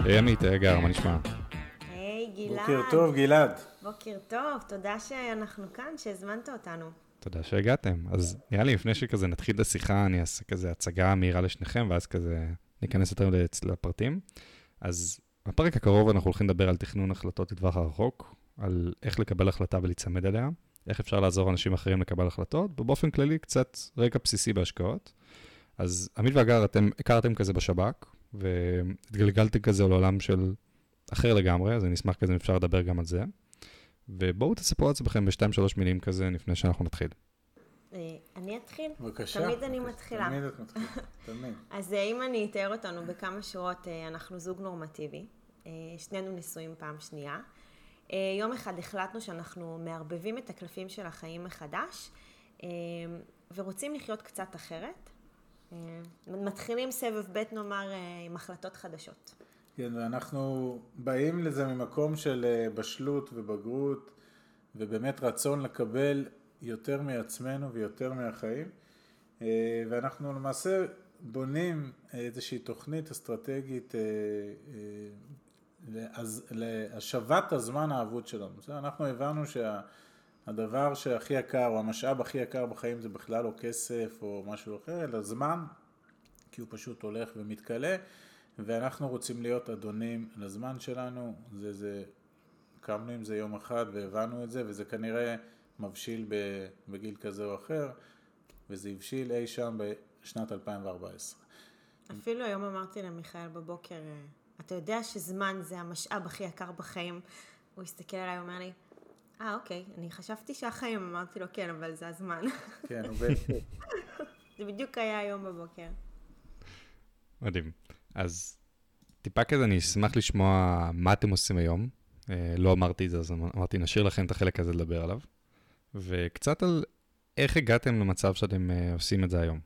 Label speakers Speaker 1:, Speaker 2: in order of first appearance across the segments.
Speaker 1: היי עמית, היי גר, מה נשמע?
Speaker 2: היי גלעד.
Speaker 3: בוקר טוב גלעד.
Speaker 2: בוקר טוב, תודה שאנחנו כאן, שהזמנת אותנו.
Speaker 1: תודה שהגעתם. אז נראה לי לפני שכזה נתחיל את השיחה, אני אעשה כזה הצגה מהירה לשניכם, ואז כזה ניכנס יותר לפרטים. אז בפרק הקרוב אנחנו הולכים לדבר על תכנון החלטות לטווח הרחוק, על איך לקבל החלטה ולהצמד אליה, איך אפשר לעזור אנשים אחרים לקבל החלטות, ובאופן כללי קצת רקע בסיסי בהשקעות. אז עמית והגר, אתם הכרתם כזה בשב"כ, והתגלגלתם כזה לעולם של אחר לגמרי, אז אני אשמח כזה אם אפשר לדבר גם על זה. ובואו תספרו על עצמכם ב2-3 מילים כזה לפני שאנחנו נתחיל.
Speaker 2: אני אתחיל?
Speaker 3: בבקשה.
Speaker 2: תמיד אני מתחילה.
Speaker 3: תמיד את מתחילה, תמיד.
Speaker 2: אז אם אני אתאר אותנו בכמה שורות, אנחנו זוג נורמטיבי, שנינו נשואים פעם שנייה. יום אחד החלטנו שאנחנו מערבבים את הקלפים של החיים מחדש, ורוצים לחיות קצת אחרת. מתחילים סבב ב' נאמר עם החלטות חדשות.
Speaker 3: כן, ואנחנו באים לזה ממקום של בשלות ובגרות, ובאמת רצון לקבל יותר מעצמנו ויותר מהחיים. ואנחנו למעשה בונים איזושהי תוכנית אסטרטגית להשבת הזמן האבוד שלנו. אנחנו הבנו שהדבר שהכי יקר, או המשאב הכי יקר בחיים זה בכלל לא כסף או משהו אחר, אלא זמן, כי הוא פשוט הולך ומתקלה. ואנחנו רוצים להיות אדונים לזמן שלנו, קמנו עם זה יום אחד והבנו את זה, וזה כנראה מבשיל בגיל כזה או אחר, וזה הבשיל אי שם בשנת 2014.
Speaker 2: אפילו היום אמרתי למיכאל בבוקר, אתה יודע שזמן זה המשאב הכי יקר בחיים? הוא הסתכל עליי ואומר לי, אוקיי, אני חשבתי שהחיים, אמרתי לו כן, אבל זה הזמן.
Speaker 3: כן, הוא בעצם.
Speaker 1: זה
Speaker 2: בדיוק היה היום בבוקר.
Speaker 1: מדהים. אז טיפה כזה אני אשמח לשמוע מה אתם עושים היום. לא אמרתי את זה, אז אמרתי נשאיר לכם את החלק הזה לדבר עליו. וקצת על איך הגעתם למצב שאתם עושים את זה היום.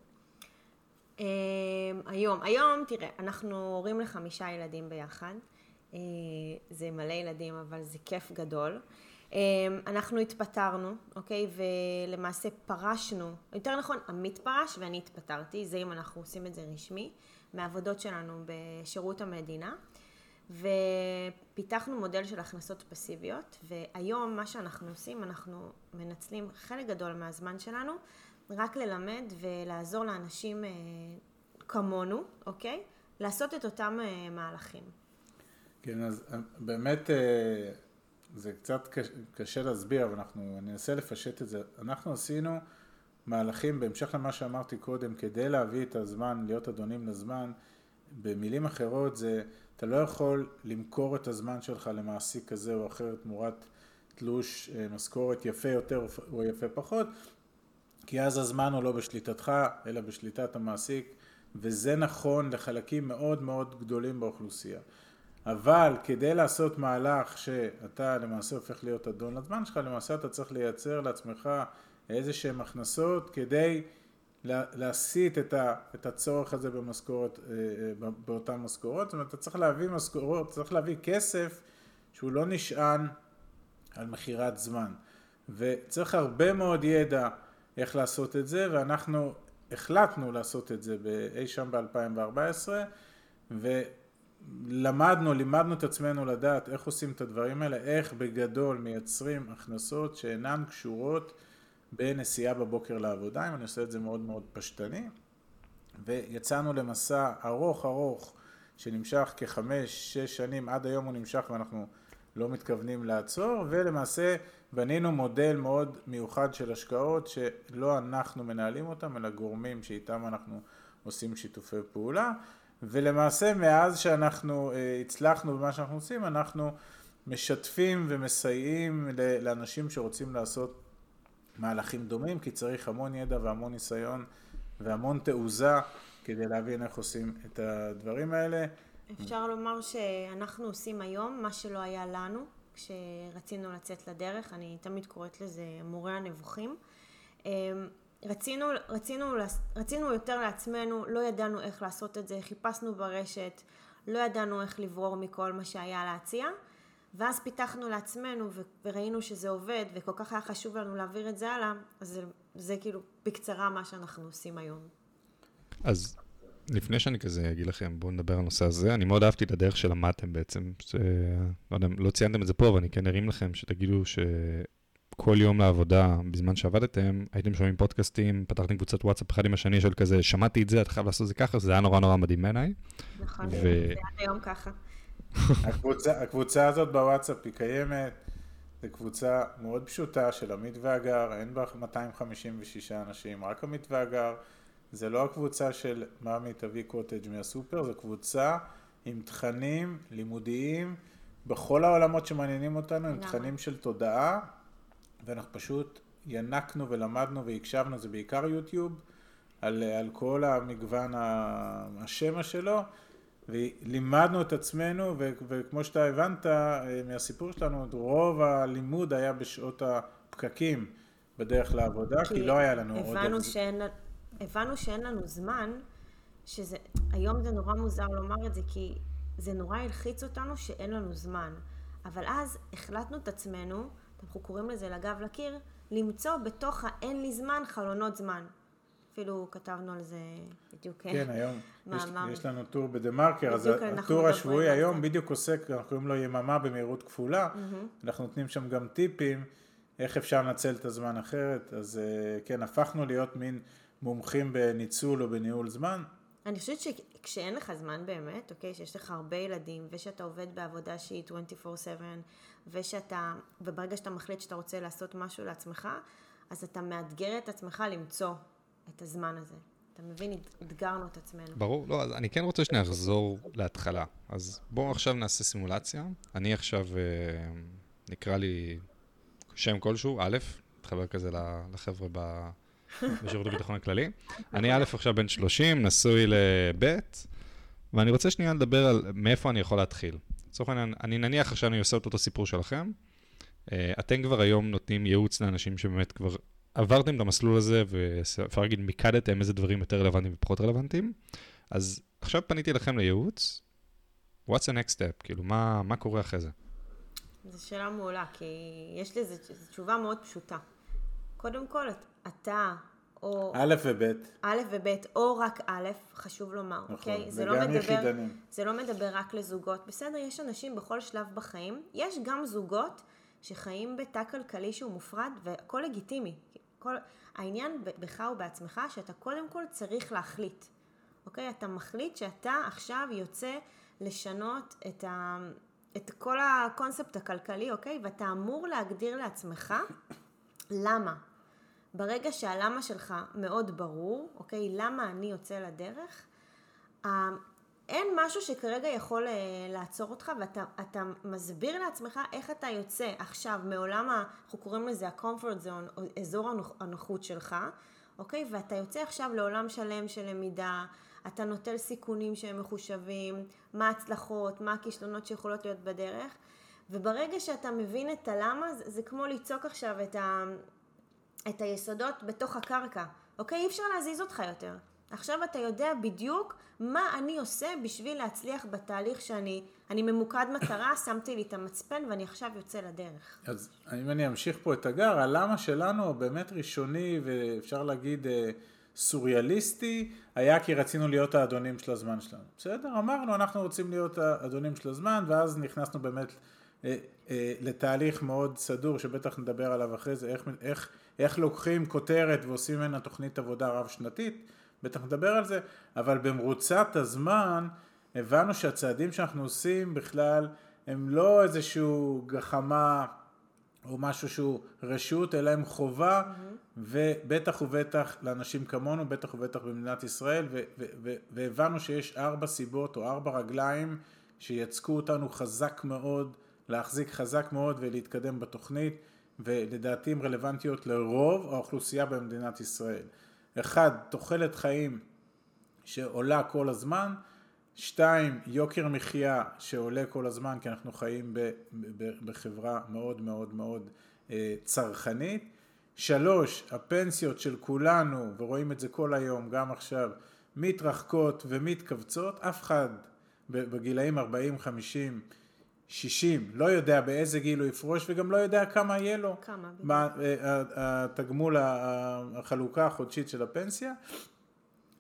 Speaker 2: היום, תראה, אנחנו הורים ל5 ילדים ביחד. זה מלא ילדים, אבל זה כיף גדול. אנחנו התפטרנו, אוקיי? ולמעשה פרשנו, יותר נכון, עמית פרש ואני התפטרתי, זה אם אנחנו עושים את זה רשמי, מהעבודות שלנו בשירות המדינה, ופיתחנו מודל של הכנסות פסיביות, והיום מה שאנחנו עושים, אנחנו מנצלים חלק גדול מהזמן שלנו, רק ללמד ולעזור לאנשים כמונו, אוקיי? לעשות את אותם מהלכים.
Speaker 3: כן, אז באמת זה קצת קשה להסביר, אבל אני אנסה לפשט את זה. אנחנו עשינו מהלכים, בהמשך למה שאמרתי קודם, כדי להביא את הזמן, להיות אדונים לזמן, במילים אחרות זה, אתה לא יכול למכור את הזמן שלך למעסיק כזה או אחר, תמורת תלוש משכורת יפה יותר או יפה פחות, כי אז הזמן הוא לא בשליטתך, אלא בשליטת המעסיק, וזה נכון לחלקים מאוד מאוד גדולים באוכלוסייה. אבל כדי לעשות מהלך שאתה למעשה הופך להיות אדון לזמן שלך, למעשה אתה צריך לייצר לעצמך איזה שהן הכנסות כדי להסיט את הצורך הזה במשכורת, באותן משכורות. זאת אומרת, אתה צריך להביא משכורות, צריך להביא כסף שהוא לא נשען על מחירת זמן. וצריך הרבה מאוד ידע איך לעשות את זה, ואנחנו החלטנו לעשות את זה אי שם ב-2014, לימדנו את עצמנו לדעת איך עושים את הדברים האלה, איך בגדול מייצרים הכנסות שאינן קשורות בנסיעה בבוקר לעבודה, אם אני עושה את זה מאוד מאוד פשטני, ויצאנו למסע ארוך שנמשך כ5-6 שנים, עד היום הוא נמשך ואנחנו לא מתכוונים לעצור, ולמעשה בנינו מודל מאוד מיוחד של השקעות שלא אנחנו מנהלים אותם, אלא גורמים שאיתם אנחנו עושים שיתופי פעולה, ולמעשה מאז שאנחנו הצלחנו במה שאנחנו עושים, אנחנו משתפים ומסייעים לאנשים שרוצים לעשות מהלכים דומים, כי צריך המון ידע והמון ניסיון והמון תעוזה כדי להבין איך עושים את הדברים האלה.
Speaker 2: אפשר לומר שאנחנו עושים היום מה שלא היה לנו כשרצינו לצאת לדרך, אני תמיד קוראת לזה מורה הנבוכים. רצינו יותר לעצמנו, לא ידענו איך לעשות את זה, חיפשנו ברשת, לא ידענו איך לברור מכל מה שהיה להציע, ואז פיתחנו לעצמנו וראינו שזה עובד, וכל כך היה חשוב לנו להעביר את זה הלאה, אז זה כאילו בקצרה מה שאנחנו עושים היום.
Speaker 1: אז לפני שאני כזה אגיד לכם, בואו נדבר על הנושא הזה, אני מאוד אהבתי את הדרך שלמדתם בעצם, לא יודע, לא ציינתם את זה פה, אבל אני כן ארים לכם שתגידו שכל יום לעבודה, בזמן שעבדתם, הייתם שומעים פודקאסטים, פתחתם קבוצת וואטסאפ אחד עם השני של כזה, שמעתי את זה, אתה חייב לעשות את זה ככה, זה היה נורא נורא מדהים בעיניי.
Speaker 2: נכון, זה עד היום ככה.
Speaker 3: הקבוצה הזאת בוואטסאפ היא קיימת, זו קבוצה מאוד פשוטה של עמית והגר, אין בה 256 אנשים, רק עמית והגר, זה לא הקבוצה של מאמי תביא קוטג' מהסופר, זו קבוצה עם תכנים לימודיים בכל העולמות שמעניינים אותנו, עם תכנים של תודעה, ואנחנו פשוט ינקנו ולמדנו והקשבנו, זה בעיקר יוטיוב, על כל המגוון השמה שלו, ולימדנו את עצמנו, וכמו שאתה הבנת מהסיפור שלנו, רוב הלימוד היה בשעות הפקקים בדרך לעבודה, כי לא היה לנו עוד...
Speaker 2: הבנו שאין לנו זמן, היום זה נורא מוזר לומר את זה, כי זה נורא הלחיץ אותנו שאין לנו זמן. אבל אז החלטנו את עצמנו, אנחנו קוראים לזה לגב לקיר, למצוא בתוך האין לי זמן חלונות זמן. אפילו כתבנו על זה בדיוק.
Speaker 3: כן, היום יש לנו טור בדמרקר, אז הטור השבועי היום בדיוק עוסק, אנחנו קוראים לו יממה במהירות כפולה, אנחנו נותנים שם גם טיפים, איך אפשר לנצל את הזמן אחרת, אז כן, הפכנו להיות מין מומחים בניצול או בניהול זמן.
Speaker 2: אני חושבת שכשאין לך זמן באמת, אוקיי, שיש לך הרבה ילדים, ושאתה עובד בעבודה שהיא 24/7, וברגע שאתה מחליט שאתה רוצה לעשות משהו לעצמך, אז אתה מאתגר את עצמך למצוא את הזמן הזה. אתה מבין, אתגרנו את עצמנו.
Speaker 1: ברור, לא, אז אני כן רוצה שנייה לחזור להתחלה. אז בואו עכשיו נעשה סימולציה. אני עכשיו, נקרא לי שם כלשהו, א', נתחבר כזה לחבר'ה בשירות הביטחון הכללי. אני א' עכשיו בן 30, נשוי לב', ואני רוצה שנייה לדבר על מאיפה אני יכול להתחיל. לצורך העניין, אני נניח עכשיו אני עושה את אותו סיפור שלכם. אתם כבר היום נותנים ייעוץ לאנשים שבאמת כבר עברתם את המסלול הזה, ואפשר להגיד, מיקדתם איזה דברים יותר רלוונטיים ופחות רלוונטיים. אז עכשיו פניתי לכם לייעוץ, what's the next step? כאילו, מה קורה אחרי זה?
Speaker 2: זו שאלה מעולה, כי יש לזה תשובה מאוד פשוטה. קודם כל, אתה או...
Speaker 3: א' וב'.
Speaker 2: א' וב' או רק א', חשוב לומר,
Speaker 3: נכון,
Speaker 2: אוקיי?
Speaker 3: וגם יחידנים.
Speaker 2: זה לא מדבר רק לזוגות. בסדר, יש אנשים בכל שלב בחיים, יש גם זוגות שחיים בתא כלכלי שהוא מופרד, והכל לגיטימי. העניין בך ובעצמך שאתה קודם כל צריך להחליט, אוקיי? אתה מחליט שאתה עכשיו יוצא לשנות את כל הקונספט הכלכלי, אוקיי? ואתה אמור להגדיר לעצמך למה. ברגע שהלמה שלך מאוד ברור, אוקיי? למה אני יוצא לדרך? אין משהו שכרגע יכול לעצור אותך, ואתה מסביר לעצמך איך אתה יוצא עכשיו מעולם, אנחנו קוראים לזה ה-comfort zone, או אזור הנוחות שלך, אוקיי? ואתה יוצא עכשיו לעולם שלם של למידה, אתה נוטל סיכונים שהם מחושבים, מה ההצלחות, מה הכישלונות שיכולות להיות בדרך, וברגע שאתה מבין את הלמה, זה כמו ליצוק עכשיו את היסודות בתוך הקרקע, אוקיי? אי אפשר להזיז אותך יותר. עכשיו אתה יודע בדיוק מה אני עושה בשביל להצליח בתהליך שאני ממוקד מטרה, שמתי לי את המצפן ואני עכשיו יוצא לדרך.
Speaker 3: אז אם אני אמשיך פה את הגר, הלמה שלנו באמת ראשוני ואפשר להגיד סוריאליסטי, היה כי רצינו להיות האדונים של הזמן שלנו. בסדר? אמרנו אנחנו רוצים להיות האדונים של הזמן, ואז נכנסנו באמת לתהליך מאוד סדור שבטח נדבר עליו אחרי זה, איך לוקחים כותרת ועושים ממנה תוכנית עבודה רב שנתית, בטח נדבר על זה, אבל במרוצת הזמן הבנו שהצעדים שאנחנו עושים בכלל הם לא איזשהו גחמה או משהו שהוא רשות, אלא הם חובה, ובטח ובטח לאנשים כמונו, בטח ובטח במדינת ישראל, והבנו שיש 4 סיבות או 4 רגליים שיצקו אותנו חזק מאוד, להחזיק חזק מאוד ולהתקדם בתוכנית, ולדעתי הן רלוונטיות לרוב האוכלוסייה במדינת ישראל. 1, תוחלת חיים שעולה כל הזמן, 2, יוקר מחיה שעולה כל הזמן, כי אנחנו חיים בחברה מאוד מאוד מאוד צרכנית, 3, הפנסיות של כולנו, ורואים את זה כל היום, גם עכשיו, מתרחקות ומתכווצות, אף אחד בגילאים 40, 50, 60, לא יודע באיזה גיל הוא יפרוש, וגם לא יודע כמה יהיה לו, התגמול, החלוקה החודשית של הפנסיה,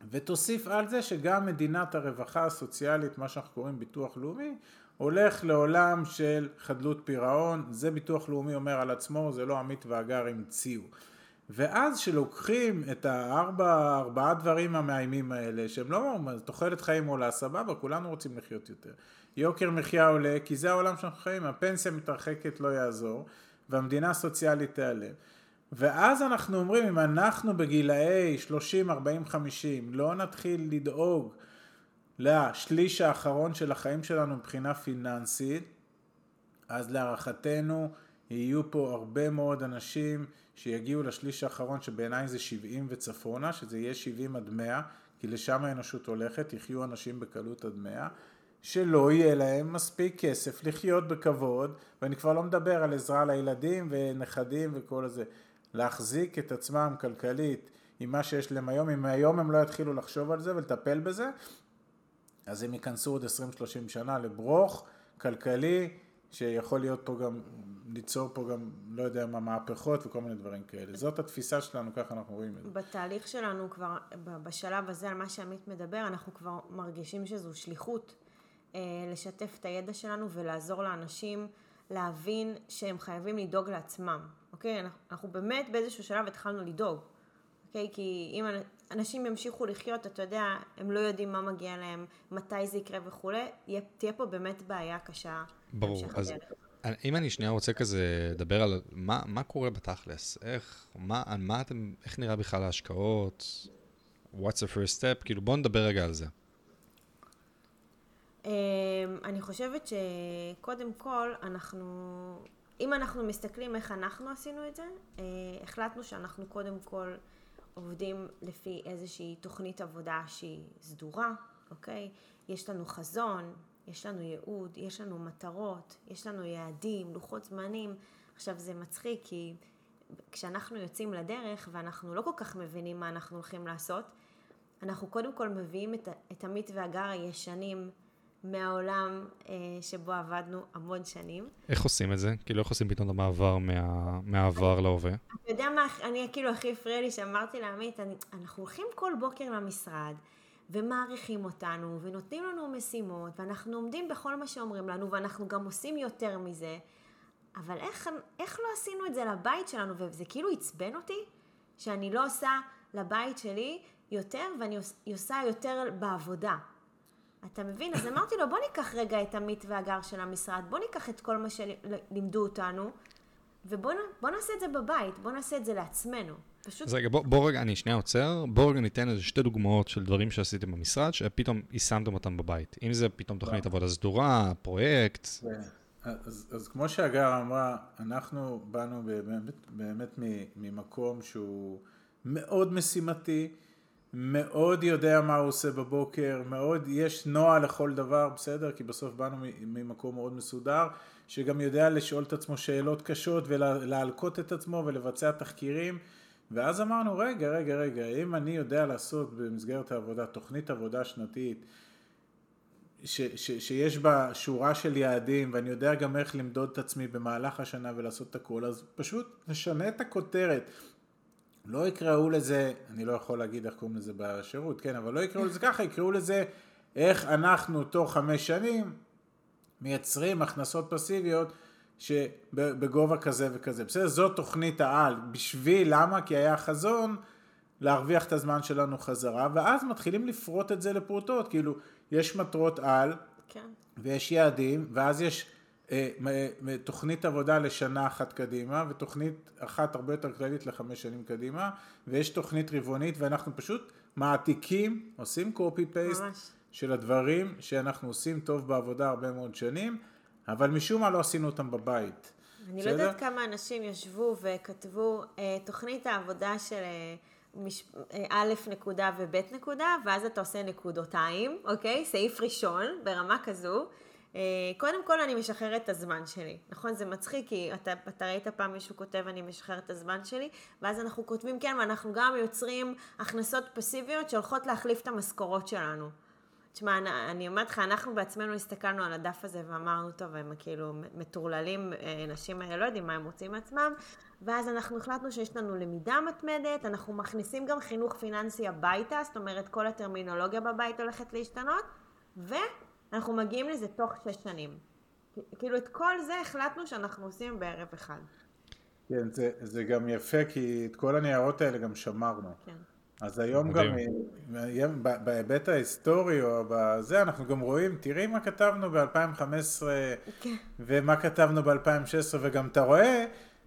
Speaker 3: ותוסיף על זה שגם מדינת הרווחה הסוציאלית, מה שאנחנו קוראים ביטוח לאומי, הולך לעולם של חדלות פירעון, זה ביטוח לאומי אומר על עצמו, זה לא עמית ואגר המציאו. ואז שלוקחים את ארבעה דברים המאיימים האלה, שהם לא תוחלת חיים עולה, סבבה, כולנו רוצים לחיות יותר. יוקר מחיה עולה, כי זה העולם שאנחנו חיים, הפנסיה מתרחקת לא יעזור, והמדינה הסוציאלית תיעלם. ואז אנחנו אומרים, אם אנחנו בגילאי 30, 40, 50, לא נתחיל לדאוג לשליש האחרון של החיים שלנו מבחינה פיננסית, אז להערכתנו יהיו פה הרבה מאוד אנשים שיגיעו לשליש האחרון, שבעיניי זה 70 וצפונה, שזה יהיה 70 עד 100, כי לשם האנושות הולכת, יחיו אנשים בקלות עד 100, שלא יהיה להם מספיק כסף לחיות בכבוד, ואני כבר לא מדבר על עזרה לילדים ונכדים וכל הזה, להחזיק את עצמם כלכלית עם מה שיש להם היום, אם היום הם לא יתחילו לחשוב על זה ולטפל בזה, אז הם ייכנסו עוד 20-30 שנה לברוך כלכלי, שיכול להיות פה גם, ליצור פה גם, לא יודע מה, מהפכות וכל מיני דברים כאלה. זאת התפיסה שלנו, ככה אנחנו רואים את זה.
Speaker 2: בתהליך שלנו כבר, בשלב הזה, על מה שעמית מדבר, אנחנו כבר מרגישים שזו שליחות לשתף את הידע שלנו ולעזור לאנשים להבין שהם חייבים לדאוג לעצמם. אוקיי? אנחנו באמת באיזשהו שלב התחלנו לדאוג. אוקיי? כי אם אנשים ימשיכו לחיות, אתה יודע, הם לא יודעים מה מגיע להם, מתי זה יקרה וכו', תהיה פה באמת בעיה קשה.
Speaker 1: ברור. אז אם אני שנייה רוצה כזה לדבר על מה קורה בתכלס, איך נראה בכלל ההשקעות, what's the first step, כאילו בואו נדבר רגע על זה.
Speaker 2: אני חושבת שקודם כל אם אנחנו מסתכלים איך אנחנו עשינו את זה, החלטנו שאנחנו קודם כל עובדים לפי איזושהי תוכנית עבודה שהיא סדורה, אוקיי? יש לנו חזון, יש לנו ייעוד, יש לנו מטרות, יש לנו יעדים, לוחות זמנים. עכשיו זה מצחיק כי כשאנחנו יוצאים לדרך ואנחנו לא כל כך מבינים מה אנחנו הולכים לעשות, אנחנו קודם כל מביאים את עמית ואגר הישנים מהעולם שבו עבדנו המון שנים.
Speaker 1: איך עושים את זה? כאילו איך עושים פתאום את המעבר מהעבר להווה?
Speaker 2: אתה יודע מה, אני כאילו הכי הפריע לי שאמרתי לעמית, אנחנו הולכים כל בוקר למשרד ומעריכים אותנו ונותנים לנו משימות ואנחנו עומדים בכל מה שאומרים לנו ואנחנו גם עושים יותר מזה, אבל איך לא עשינו את זה לבית שלנו? וזה כאילו עצבן אותי שאני לא עושה לבית שלי יותר ואני עושה יותר בעבודה. אתה מבין? אז אמרתי לו, בוא ניקח רגע את עמית והגר של המשרד, בוא ניקח את כל מה שלימדו אותנו, ובוא נעשה את זה בבית, בוא נעשה את זה לעצמנו. פשוט...
Speaker 1: אז רגע, בוא רגע, אני שנייה עוצר, בוא רגע ניתן איזה 2 דוגמאות של דברים שעשיתם במשרד, שפתאום יישמתם אותם בבית. אם זה פתאום תוכנית עבודה סדורה, פרויקט.
Speaker 3: אז כמו שהגר אמרה, אנחנו באנו באמת ממקום שהוא מאוד משימתי, מאוד יודע מה הוא עושה בבוקר, מאוד יש נועה לכל דבר, בסדר? כי בסוף באנו ממקום מאוד מסודר, שגם יודע לשאול את עצמו שאלות קשות ולהלקות את עצמו ולבצע תחקירים, ואז אמרנו, רגע, אם אני יודע לעשות במסגרת העבודה, תוכנית עבודה שנתית, שיש בה שורה של יעדים, ואני יודע גם איך למדוד את עצמי במהלך השנה ולעשות את הכל, אז פשוט נשנה את הכותרת. לא יקראו לזה, אני לא יכול להגיד איך קוראים לזה בשירות, כן, אבל לא יקראו לזה ככה, יקראו לזה איך אנחנו תוך 5 שנים מייצרים הכנסות פסיביות שבגובה כזה וכזה. בסדר, זאת תוכנית העל. בשביל, למה? כי היה חזון להרוויח את הזמן שלנו חזרה, ואז מתחילים לפרוט את זה לפרוטות, כאילו יש מטרות על,
Speaker 2: כן.
Speaker 3: ויש יעדים, ואז יש תוכנית עבודה לשנה אחת קדימה, ותוכנית אחת הרבה יותר כללית ל5 שנים קדימה, ויש תוכנית רבעונית, ואנחנו פשוט מעתיקים, עושים copy-paste של הדברים שאנחנו עושים טוב בעבודה הרבה מאוד שנים, אבל משום מה לא עשינו אותם בבית.
Speaker 2: אני לא יודעת כמה אנשים ישבו וכתבו תוכנית העבודה של א' נקודה וב' נקודה, ואז אתה עושה נקודותיים, אוקיי? סעיף ראשון ברמה כזו. קודם כל אני משחררת את הזמן שלי, נכון? זה מצחיק כי אתה ראית פעם מישהו כותב אני משחררת את הזמן שלי, ואז אנחנו כותבים כן, ואנחנו גם יוצרים הכנסות פסיביות שהולכות להחליף את המשכורות שלנו. תשמע, אני אומרת לך, אנחנו בעצמנו הסתכלנו על הדף הזה ואמרנו טוב, הם כאילו מטורללים, נשים האלה לא יודעים מה הם רוצים מעצמם, ואז אנחנו החלטנו שיש לנו למידה מתמדת, אנחנו מכניסים גם חינוך פיננסי הביתה, זאת אומרת כל הטרמינולוגיה בבית הולכת להשתנות, ואנחנו מגיעים לזה תוך 6 שנים. כאילו את כל זה החלטנו שאנחנו עושים בערב אחד.
Speaker 3: כן, זה גם יפה, כי את כל הניירות האלה גם שמרנו.
Speaker 2: כן.
Speaker 3: אז היום גם, בהיבט ההיסטורי או בזה, אנחנו גם רואים, תראי מה כתבנו ב-2015, ומה כתבנו ב-2016, וגם אתה רואה,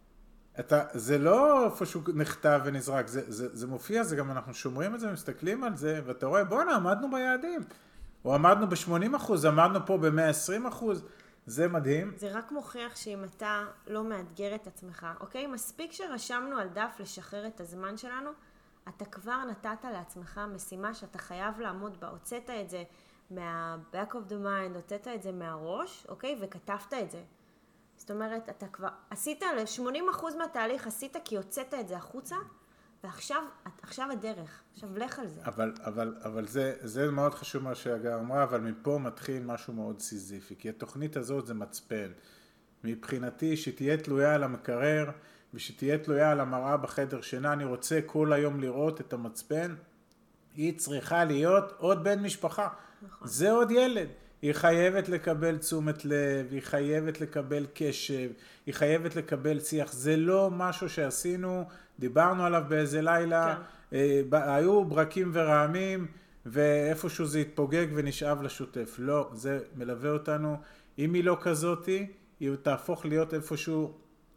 Speaker 3: זה לא איפשהו נכתב ונזרק, זה מופיע, זה גם אנחנו שומרים את זה, מסתכלים על זה, ואתה רואה, בוא'נה, עמדנו ביעדים, או עמדנו ב-80%, עמדנו פה ב-120%, זה מדהים.
Speaker 2: זה רק מוכיח שאם אתה לא מאתגר את עצמך, אוקיי? מספיק שרשמנו על דף לשחרר את הזמן שלנו, אתה כבר נתת לעצמך משימה שאתה חייב לעמוד בה, הוצאת את זה מה-back of the mind, הוצאת את זה מהראש, אוקיי? וכתבת את זה. זאת אומרת, אתה כבר עשית ל-80% מהתהליך, עשית כי הוצאת את זה החוצה, ועכשיו הדרך, עכשיו לך על זה.
Speaker 3: אבל זה מאוד חשוב מה שהגר אמרה, אבל מפה מתחיל משהו מאוד סיזיפי, כי התוכנית הזאת זה מצפן. מבחינתי שתהיה תלויה על המקרר, ושתהיה תלויה על המראה בחדר שינה, אני רוצה כל היום לראות את המצפן, היא צריכה להיות עוד בן משפחה.
Speaker 2: נכון.
Speaker 3: זה עוד ילד. היא חייבת לקבל תשומת לב, היא חייבת לקבל קשב, היא חייבת לקבל שיח. זה לא משהו שעשינו, דיברנו עליו באיזה לילה, כן. היו ברקים ורעמים, ואיפשהו זה התפוגג ונשאב לשוטף. לא, זה מלווה אותנו. אם היא לא כזאתי, היא תהפוך להיות איפשהו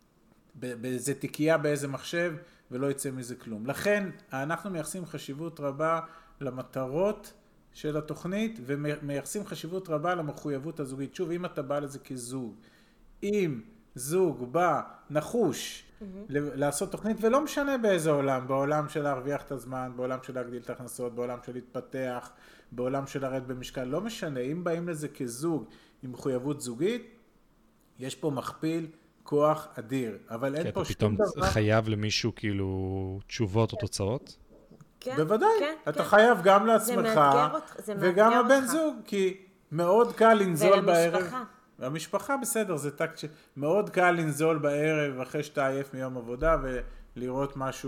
Speaker 3: באיזה תיקייה, באיזה מחשב, ולא יצא מזה כלום. לכן, אנחנו מייחסים חשיבות רבה למטרות של התוכנית, ומייחסים חשיבות רבה למחויבות הזוגית. שוב, אם אתה בא לזה כזוג, אם זוג בא נחוש לעשות תוכנית, ולא משנה באיזה עולם, בעולם של להרוויח את הזמן, בעולם של להגדיל את ההכנסות, בעולם של להתפתח, בעולם של לרדת במשקל, לא משנה, אם באים לזה כזוג עם מחויבות זוגית, יש פה מכפיל כוח אדיר, אבל אין פה שום דבר.
Speaker 1: אתה פתאום חייב למישהו כאילו תשובות או תוצאות?
Speaker 2: כן,
Speaker 3: בוודאי,
Speaker 2: כן,
Speaker 3: אתה
Speaker 2: כן.
Speaker 3: חייב גם לעצמך, וגם הבן
Speaker 2: אותך.
Speaker 3: זוג, כי מאוד קל לנזול בערב.
Speaker 2: ולמשפחה.
Speaker 3: המשפחה בסדר, זה טקט מאוד קל לנזול בערב אחרי שאתה עייף מיום עבודה, ולראות משהו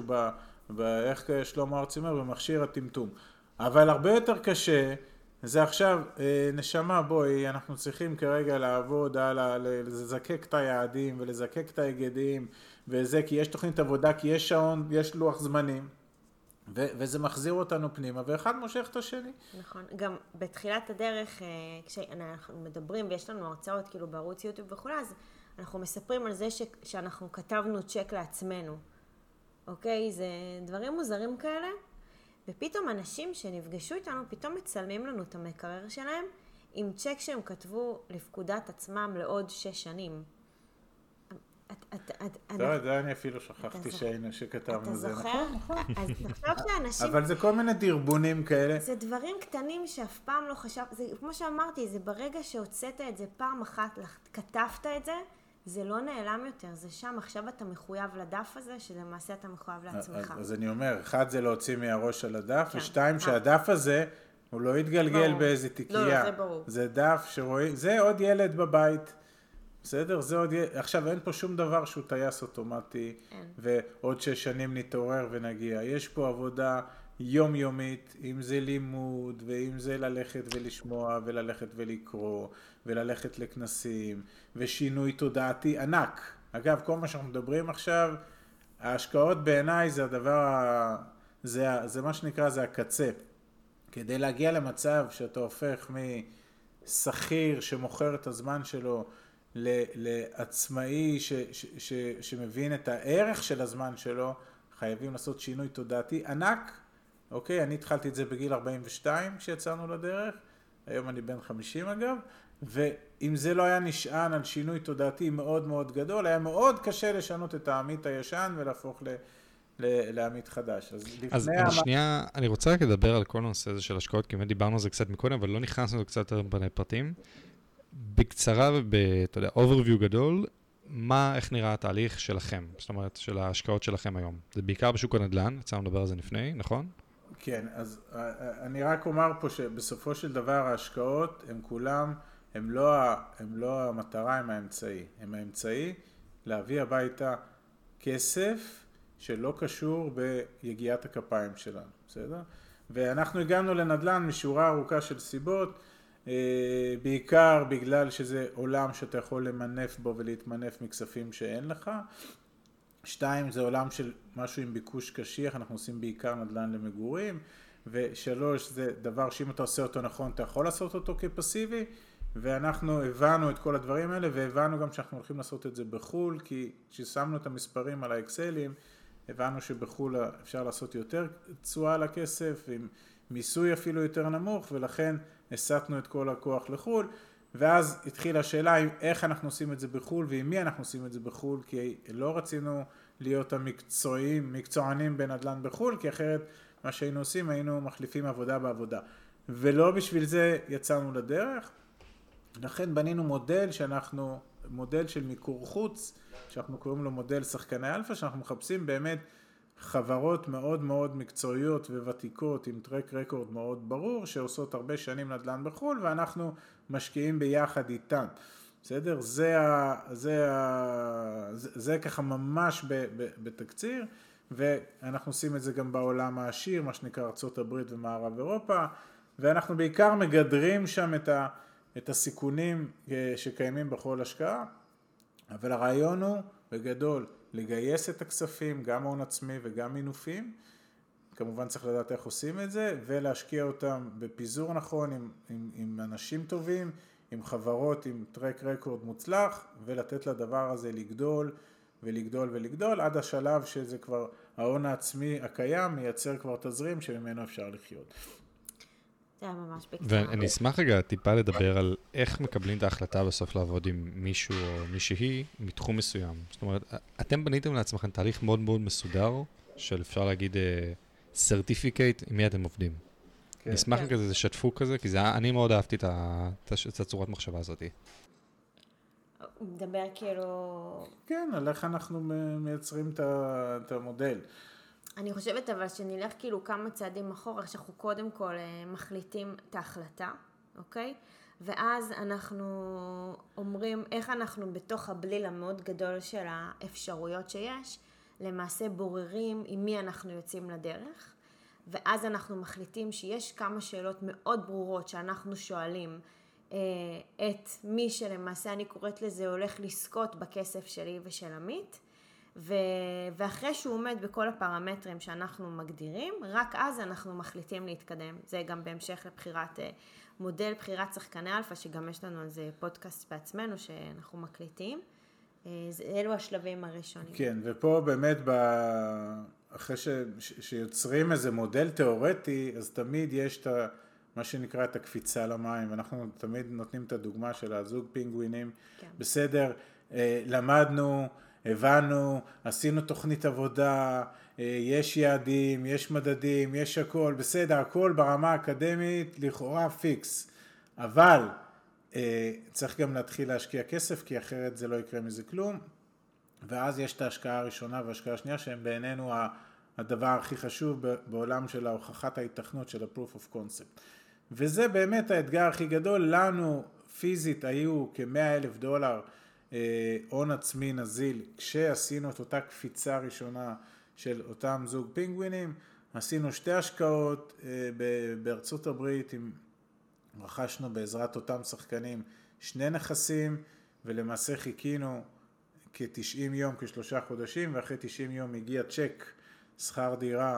Speaker 3: איך שלמה ארצי אומר, במכשיר הטמטום. אבל הרבה יותר קשה, זה עכשיו, נשמה בואי, אנחנו צריכים כרגע לעבוד לזקק את היעדים ולזקק את ההיגדים וזה, כי יש תוכנית עבודה, כי יש שעון, יש לוח זמנים, וזה מחזיר אותנו פנימה, ואחד מושך את השני.
Speaker 2: נכון, גם בתחילת הדרך, כשאנחנו מדברים ויש לנו הרצאות כאילו בערוץ יוטיוב וכו', אז אנחנו מספרים על זה שאנחנו כתבנו צ'ק לעצמנו, אוקיי? זה דברים מוזרים כאלה, ופתאום אנשים שנפגשו איתנו, פתאום מצלמים לנו את המקרר שלהם, עם צ'ק שהם כתבו לפקודת עצמם לעוד 6 שנים.
Speaker 3: זה אני אפילו שכחתי שכתבנו את זה.
Speaker 2: אתה זוכר? אז תחשוב שאנשים...
Speaker 3: אבל זה כל מיני דרבונים כאלה.
Speaker 2: זה דברים קטנים שאף פעם לא חשב... כמו שאמרתי, זה ברגע שהוצאת את זה פעם אחת, כתבת את זה, זה לא נעלם יותר, זה שם, עכשיו אתה מחויב לדף הזה, שלמעשה אתה מחויב לעצמך.
Speaker 3: אז אני אומר, אחד זה להוציא מהראש על הדף, ושתיים שהדף הזה, הוא לא יתגלגל באיזה תיקייה.
Speaker 2: לא, זה ברור.
Speaker 3: זה דף שרואים, זה עוד ילד בבית, בסדר? זה עוד ילד, עכשיו אין פה שום דבר שהוא טייס אוטומטי, ועוד 6 שנים נתעורר ונגיע. יש פה עבודה יומיומית, אם זה לימוד, ואם זה ללכת ולשמוע, וללכת ולקרוא, וללכת לכנסים, ושינוי תודעתי ענק. אגב, כל מה שאנחנו מדברים עכשיו, ההשקעות בעיניי זה הדבר, זה מה שנקרא, זה הקצה. כדי להגיע למצב שאתה הופך משכיר שמוכר את הזמן שלו, לעצמאי שמבין את הערך של הזמן שלו, חייבים לעשות שינוי תודעתי ענק. אוקיי, אני התחלתי את זה בגיל 42 כשיצאנו לדרך, היום אני בן 50 אגב, ואם זה לא היה נשען על שינוי תודעתי מאוד מאוד גדול, היה מאוד קשה לשנות את העמית הישן ולהפוך לעמית חדש.
Speaker 1: אז שנייה, אני רוצה רק לדבר על כל הנושא הזה של השקעות, כי באמת דיברנו על זה קצת מקודם, אבל לא נכנסנו קצת יותר בפרטים. בקצרה אתה יודע, overview גדול, איך נראה התהליך שלכם, זאת אומרת, של ההשקעות שלכם היום? זה בעיקר בשוק הנדל"ן, יצאנו לדבר על זה לפני, נכון?
Speaker 3: כן, אז אני רק אומר פה שבסופו של דבר ההשקעות הם כולם, הם לא המטרה, הם האמצעי. הם האמצעי להביא הביתה כסף שלא קשור ביגיעת הכפיים שלנו, בסדר? ואנחנו הגענו לנדל"ן משורה ארוכה של סיבות, בעיקר בגלל שזה עולם שאתה יכול למנף בו ולהתמנף מכספים שאין לך. 2, זה עולם של משהו עם ביקוש קשיח, אנחנו עושים בעיקר נדל"ן למגורים. ו3, זה דבר שאם אתה עושה אותו נכון, אתה יכול לעשות אותו כפסיבי. ואנחנו הבנו את כל הדברים האלה, והבנו גם שאנחנו הולכים לעשות את זה בחול, כי כששמנו את המספרים על האקסלים, הבנו שבחול אפשר לעשות יותר תשואה לכסף, עם מיסוי אפילו יותר נמוך, ולכן הסטנו את כל הכוח לחול. ואז התחילה השאלה איך אנחנו עושים את זה בחול, ועם מי אנחנו עושים את זה בחול, כי לא רצינו להיות מקצוענים בנדל"ן בחול, כי אחרת מה שהיינו עושים, היינו מחליפים עבודה בעבודה. ולא בשביל זה יצאנו לדרך. לכן בנינו מודל של מיקור חוץ, שאנחנו קוראים לו מודל שחקני אלפא, שאנחנו מחפשים באמת חברות מאוד מאוד מקצועיות וותיקות, עם טרק רקורד מאוד ברור, שעושות הרבה שנים נדל"ן בחול, ואנחנו משקיעים ביחד איתן. בסדר? זה ככה ממש בתקציר, ואנחנו עושים את זה גם בעולם העשיר, מה שנקרא ארצות הברית ומערב אירופה, ואנחנו בעיקר מגדרים שם את הסיכונים שקיימים בכל השקעה, אבל הרעיון הוא בגדול לגייס את הכספים, גם הון עצמי וגם מינופים, כמובן צריך לדעת איך עושים את זה, ולהשקיע אותם בפיזור נכון עם אנשים טובים, עם חברות, עם טרק רקורד מוצלח, ולתת לדבר הזה לגדול ולגדול ולגדול, עד השלב שזה כבר ההון העצמי הקיים, מייצר כבר תזרים שממנו אפשר לחיות.
Speaker 2: זה היה ממש בקצרה.
Speaker 1: ואני אשמח רגע טיפה לדבר על איך מקבלים את ההחלטה בסוף לעבוד עם מישהו או מישהי מתחום מסוים. זאת אומרת, אתם בניתם לעצמכם תהליך מאוד מאוד מסודר, של אפשר להגיד סרטיפיקייט עם מי אתם עובדים.
Speaker 3: כן.
Speaker 1: אני אשמח כזה, שתפו כזה, כי אני מאוד אהבתי את הצורת מחשבה הזאת.
Speaker 2: מדבר כאילו...
Speaker 3: כן, על איך אנחנו מייצרים את המודל.
Speaker 2: אני חושבת אבל שנלך כאילו כמה צעדים אחורה, שאנחנו קודם כל מחליטים את ההחלטה, אוקיי? ואז אנחנו אומרים איך אנחנו בתוך הבליל המאוד גדול של האפשרויות שיש, למעשה בוררים עם מי אנחנו יוצאים לדרך, ואז אנחנו מחליטים שיש כמה שאלות מאוד ברורות שאנחנו שואלים את מי שלמעשה אני קוראת לזה הולך לזכות בכסף שלי ושל עמית, ואחרי שהוא עומד בכל הפרמטרים שאנחנו מגדירים, רק אז אנחנו מחליטים להתקדם. זה גם בהמשך לבחירת מודל, בחירת שחקני אלפא, שגם יש לנו על זה פודקאסט בעצמנו שאנחנו מקליטים. אלו השלבים הראשונים.
Speaker 3: כן, ופה באמת אחרי שיוצרים איזה מודל תיאורטי, אז תמיד יש מה שנקרא את הקפיצה למים, ואנחנו תמיד נותנים את הדוגמה של הזוג פינגווינים. כן. בסדר, למדנו, הבנו, עשינו תוכנית עבודה, יש יעדים, יש מדדים, יש הכל, בסדר, הכל ברמה האקדמית, לכאורה פיקס. אבל צריך גם להתחיל להשקיע כסף, כי אחרת זה לא יקרה מזה כלום. ואז יש את ההשקעה הראשונה וההשקעה השנייה, שהם בעינינו הדבר הכי חשוב בעולם של ההוכחת ההיתכנות של ה-proof of concept. וזה באמת האתגר הכי גדול. לנו פיזית היו כ$100,000 הון עצמי נזיל, כשעשינו את אותה קפיצה ראשונה של אותם זוג פינגווינים. עשינו 2 השקעות בארצות הברית, רכשנו בעזרת אותם שחקנים 2 נכסים, ולמעשה חיכינו כ-90 יום, כ3 חודשים, ואחרי 90 יום הגיע צ'ק שכר דירה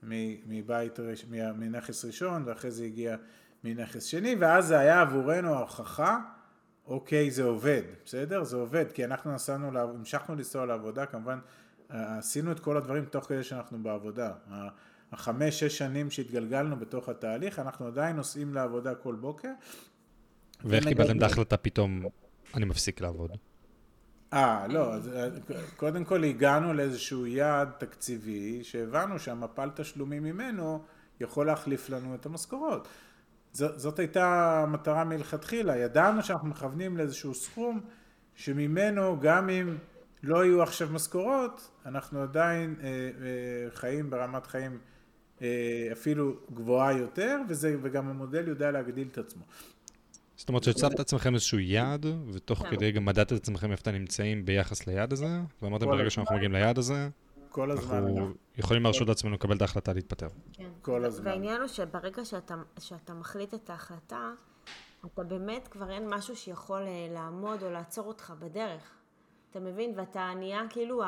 Speaker 3: מנכס ראשון, ואחרי זה הגיע מנכס שני, ואז זה היה עבורנו ההוכחה, אוקיי, זה עובד, בסדר? זה עובד, כי אנחנו המשכנו לנסוע לעבודה, כמובן עשינו את כל הדברים תוך כדי שאנחנו בעבודה. 5-6 שנים שהתגלגלנו בתוך התהליך, אנחנו עדיין נוסעים לעבודה כל בוקר.
Speaker 1: ואיך קיבלתם את ההחלטה פתאום, אני מפסיק לעבוד?
Speaker 3: לא, אז קודם כל הגענו לאיזשהו יעד תקציבי, שהבנו שהמפל תשלומים ממנו יכול להחליף לנו את המשכורות. זאת הייתה המטרה מלכתחילה, ידענו שאנחנו מכוונים לאיזשהו סכום, שממנו גם אם לא יהיו עכשיו משכורות, אנחנו עדיין חיים ברמת חיים אפילו גבוהה יותר, וגם המודל יודע להגדיל את עצמו.
Speaker 1: זאת אומרת שהצבת את עצמכם איזשהו יעד, ותוך
Speaker 2: כן.
Speaker 1: כדי גם מדדת את עצמכם איפה אתם נמצאים ביחס ליעד הזה, ואמרתם ברגע שאנחנו מגיעים ליעד הזה,
Speaker 3: כל הזמן.
Speaker 1: אנחנו יכולים להרשות לעצמנו לקבל את ההחלטה להתפטר.
Speaker 2: כן.
Speaker 3: כל הזמן.
Speaker 2: והעניין הוא שברגע שאתה מחליט את ההחלטה, אתה באמת כבר אין משהו שיכול לעמוד או לעצור אותך בדרך. אתה מבין? ואתה נהיה כאילו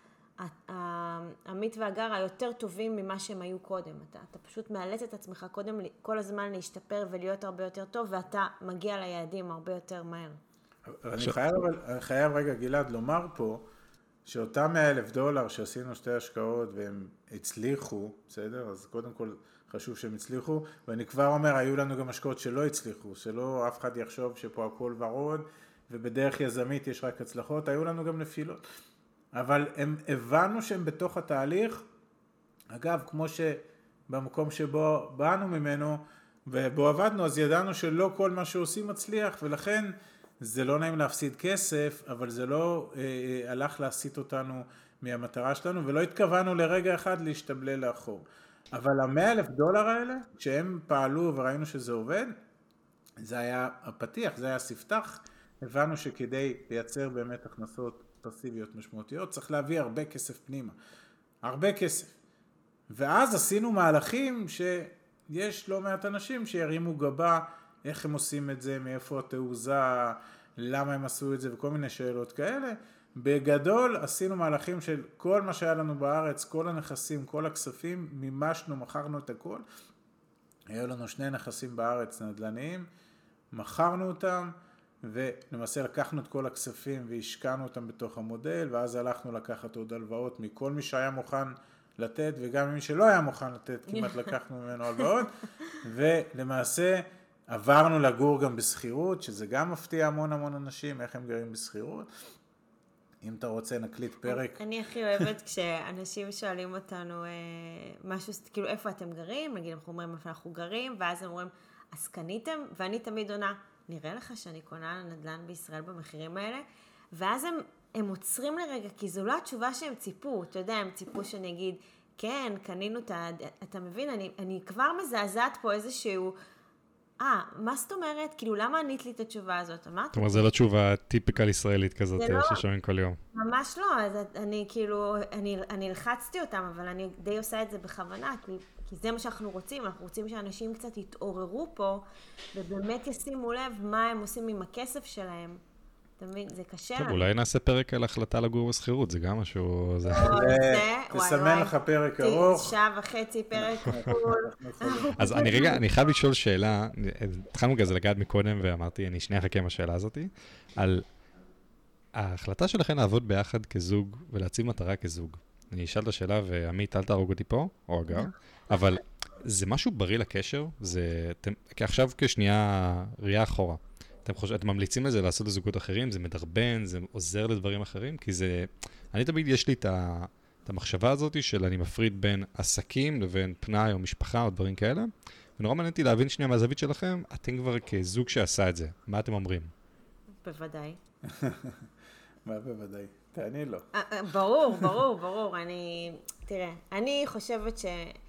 Speaker 2: עמית והגר היותר טובים ממה שהם היו קודם. אתה פשוט מאלץ את עצמך קודם כל הזמן להשתפר ולהיות הרבה יותר טוב, ואתה מגיע ליעדים הרבה יותר מהר.
Speaker 3: אני חייב רגע גלעד לומר פה, שאותם $100,000 שעשינו שתי השקעות והם הצליחו, בסדר? אז קודם כל חשוב שהם הצליחו, ואני כבר אומר, היו לנו גם השקעות שלא הצליחו, שלא אף אחד יחשוב שפה הכל ורוד, ובדרך יזמית יש רק הצלחות, היו לנו גם נפילות. אבל הם הבנו שהם בתוך התהליך, אגב, כמו שבמקום שבו באנו ממנו, ובו עבדנו, אז ידענו שלא כל מה שעושים מצליח, ולכן זה לא נעים להפסיד כסף, אבל זה לא הלך להסיט אותנו מהמטרה שלנו, ולא התכוונו לרגע אחד להשתבלל לאחור. אבל $100,000 האלה, כשהם פעלו וראינו שזה עובד, זה היה הפתיח, זה היה הספתח. הבנו שכדי לייצר באמת הכנסות פסיביות משמעותיות, צריך להביא הרבה כסף פנימה. הרבה כסף. ואז עשינו מהלכים שיש לא מעט אנשים שירימו גבה, איך הם עושים את זה, מאיפה התעוזה, למה הם עשו את זה וכל מיני שאלות כאלה. בגדול עשינו מהלכים של כל מה שהיה לנו בארץ, כל הנכסים, כל הכספים, מימשנו, מכרנו את הכל. היו לנו 2 נכסים בארץ נדל"ניים, מכרנו אותם, ולמעשה לקחנו את כל הכספים והשקענו אותם בתוך המודל, ואז הלכנו לקחת עוד הלוואות מכל מי שהיה מוכן לתת, וגם מי שלא היה מוכן לתת, כמעט לקחנו ממנו הלוואות, ולמעשה עברנו לגור גם בסחירות, שזה גם מפתיע המון אנשים, איך הם גרים בסחירות. אם אתה רוצה נקליט פרק.
Speaker 2: אני הכי אוהבת כשאנשים שואלים אותנו משהו, כאילו איפה אתם גרים, נגיד אנחנו אומרים איפה אנחנו גרים, ואז הם אומרים, אז קניתם? ואני תמיד עונה, נראה לך שאני קונה נדל"ן בישראל במחירים האלה? ואז הם עוצרים לרגע, כי זו לא התשובה שהם ציפו, אתה יודע, הם ציפו שאני אגיד, כן, קנינו אתה מבין, אני כבר מזעזעת פה איזשהו, מה זאת אומרת? כאילו, למה ענית לי את התשובה הזאת?
Speaker 1: זאת אומרת, זה לא תשובה טיפיקל ישראלית כזאת ששומעים כל יום.
Speaker 2: ממש לא, אז אני כאילו, אני לחצתי אותם, אבל אני די עושה את זה בכוונה, כי זה מה שאנחנו רוצים, אנחנו רוצים שאנשים קצת יתעוררו פה, ובאמת ישימו לב מה הם עושים עם הכסף שלהם. אתה מבין? זה קשה.
Speaker 1: טוב, אולי נעשה פרק על החלטה לגור בסחירות, זה גם משהו...
Speaker 3: תסמן לך פרק ארוך.
Speaker 2: 1.5 פרק כפול.
Speaker 1: אז אני חייב לשאול שאלה, התחלנו כזה לגעת מקודם ואמרתי, אני שנייה אחכה עם השאלה הזאת, על ההחלטה שלכם לעבוד ביחד כזוג ולהציב מטרה כזוג. אני אשאל את השאלה ועמית, אל תהרוג אותי פה, או אגב, אבל זה משהו בריא לקשר? כי עכשיו כשנייה ראייה אחורה. אתם ממליצים לזה לעשות לזוגות אחרים, זה מדרבן, זה עוזר לדברים אחרים, כי זה, אני תמיד יש לי את המחשבה הזאת של אני מפריד בין עסקים לבין פנאי או משפחה או דברים כאלה, ונורא מעניין אותי להבין שנייה מהזווית שלכם, אתם כבר כזוג שעשה את זה, מה אתם אומרים?
Speaker 2: בוודאי.
Speaker 3: מה בוודאי? תעני לו.
Speaker 2: ברור, תראה, אני חושבת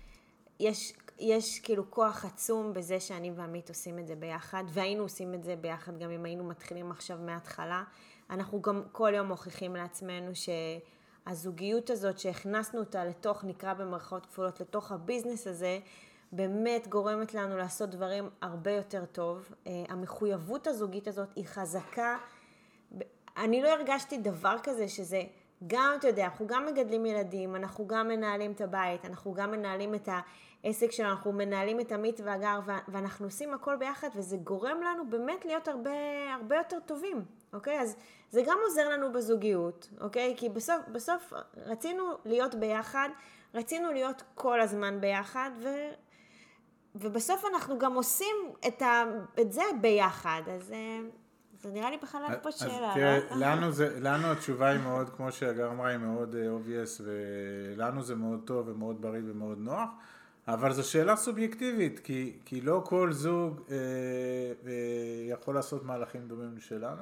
Speaker 2: יש כאילו כוח עצום בזה שאני ועמית עושים את זה ביחד, והיינו עושים את זה ביחד גם אם היינו מתחילים עכשיו מההתחלה. אנחנו גם כל יום מוכיחים לעצמנו שהזוגיות הזאת שהכנסנו אותה לתוך, נקרא במרכאות כפולות, לתוך הביזנס הזה, באמת גורמת לנו לעשות דברים הרבה יותר טוב. המחויבות הזוגית הזאת היא חזקה. אני לא הרגשתי דבר כזה שזה גם, אתה יודע, אנחנו גם מגדלים ילדים, אנחנו גם מנהלים את הבית, אנחנו גם מנהלים את העסק שלנו, אנחנו מנהלים את עמית והגר, ואנחנו עושים הכל ביחד, וזה גורם לנו באמת להיות הרבה יותר טובים, אוקיי? אז זה גם עוזר לנו בזוגיות, אוקיי? כי בסוף רצינו להיות ביחד, רצינו להיות כל הזמן ביחד, ובסוף אנחנו גם עושים את זה ביחד, אז זה נראה לי בכלל אין פה שאלה.
Speaker 3: לנו התשובה היא מאוד, כמו שהגר אמרה, היא מאוד obvious, ולנו זה מאוד טוב ומאוד בריא ומאוד נוח, אבל זו שאלה סובייקטיבית, כי לא כל זוג יכול לעשות מהלכים דומים לשלנו,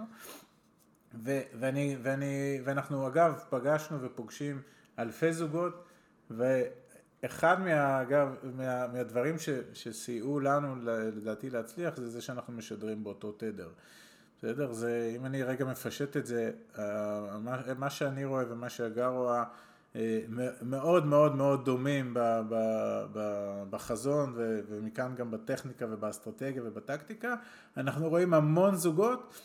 Speaker 3: ואנחנו אגב פגשנו ופוגשים אלפי זוגות, אחד מהדברים שסייעו לנו לדעתי להצליח זה שאנחנו משדרים באותו תדר. בסדר? זה, אם אני רגע מפשט את זה, מה שאני רואה ומה שהגר רואה מאוד מאוד מאוד דומים בחזון ומכאן גם בטכניקה ובאסטרטגיה ובטקטיקה. אנחנו רואים המון זוגות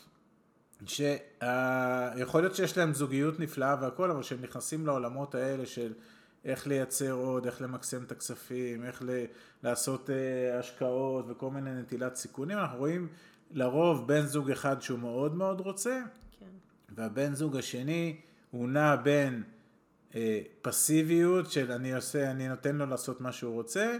Speaker 3: שיכול להיות שיש להם זוגיות נפלאה והכל, אבל שהם נכנסים לעולמות האלה של איך לייצר עוד, איך למקסם את הכספים, איך לעשות השקעות וכל מיני נטילת סיכונים. אנחנו רואים לרוב בן זוג אחד שהוא מאוד מאוד רוצה, כן. והבן זוג השני הוא נע בין פסיביות של אני נותן לו לעשות מה שהוא רוצה,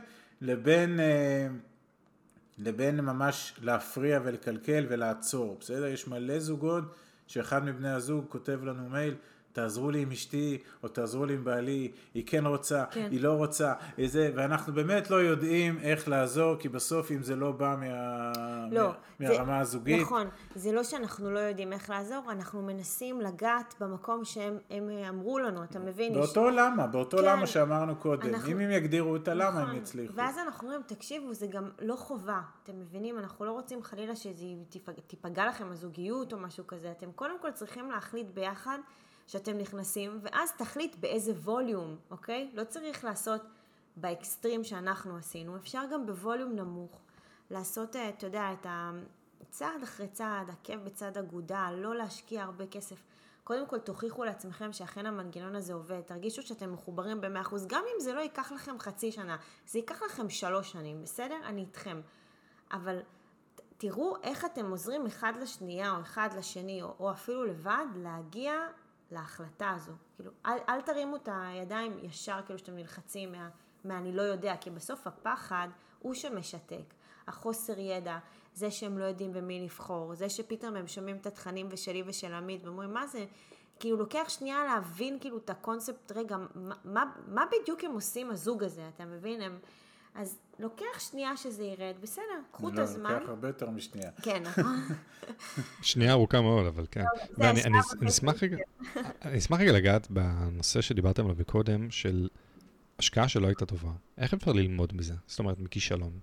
Speaker 3: לבין ממש להפריע ולקלקל ולעצור. בסדר? יש מלא זוגות שאחד מבני הזוג כותב לנו מייל, תעזרו לי עם אשתי, או תעזרו לי עם בעלי, היא כן רוצה, כן. היא לא רוצה, ואנחנו באמת לא יודעים איך לעזור, כי בסוף אם זה לא בא מהרמה הזוגית.
Speaker 2: נכון, זה לא שאנחנו לא יודעים איך לעזור, אנחנו מנסים לגעת במקום שהם אמרו לנו, אתה מבין?
Speaker 3: באותו למה, כן. למה שאמרנו קודם, אם הם יגדירו את הלמה נכון. הם יצליחו.
Speaker 2: ואז אנחנו אומרים, תקשיבו, זה גם לא חובה, אתם מבינים? אנחנו לא רוצים חלילה שזה תיפגע לכם הזוגיות או משהו כזה, אתם קודם כל צריכים להחליט ביחד, שאתם נכנסים, ואז תחליט באיזה ווליום, אוקיי? לא צריך לעשות באקסטרים שאנחנו עשינו, אפשר גם בווליום נמוך, לעשות, אתה יודע, את הצעד אחרי צעד, עקב בצד אגודה, לא להשקיע הרבה כסף. קודם כל תוכיחו לעצמכם שאכן המנגנון הזה עובד, תרגישו שאתם מחוברים ב100%, גם אם זה לא ייקח לכם חצי שנה, זה ייקח לכם 3 שנים, בסדר? אני איתכם. אבל תראו איך אתם עוזרים אחד לשנייה, או אחד לשני, או אפילו לבד, להגיע להחלטה הזו. כאילו, אל תרימו את הידיים ישר, כאילו שאתם נלחצים אני לא יודע, כי בסוף הפחד הוא שמשתק. החוסר ידע, זה שהם לא יודעים במי לבחור, זה שפתאום הם שומעים את התכנים ושלי ושל עמית, ואומרים, מה זה? כאילו, לוקח שנייה להבין כאילו את הקונספט, רגע, מה בדיוק הם עושים הזוג הזה, אתה מבין? אז לוקח שנייה שזה ירד, בסדר, קחו את הזמן.
Speaker 3: לוקח הרבה יותר משנייה.
Speaker 2: כן, נכון.
Speaker 1: שנייה ארוכה מאוד, אבל כן. ואני אשמח רגע לגעת בנושא שדיברתם עליו קודם, של השקעה שלא הייתה טובה. איך אפשר ללמוד מזה? זאת אומרת, מכישלון.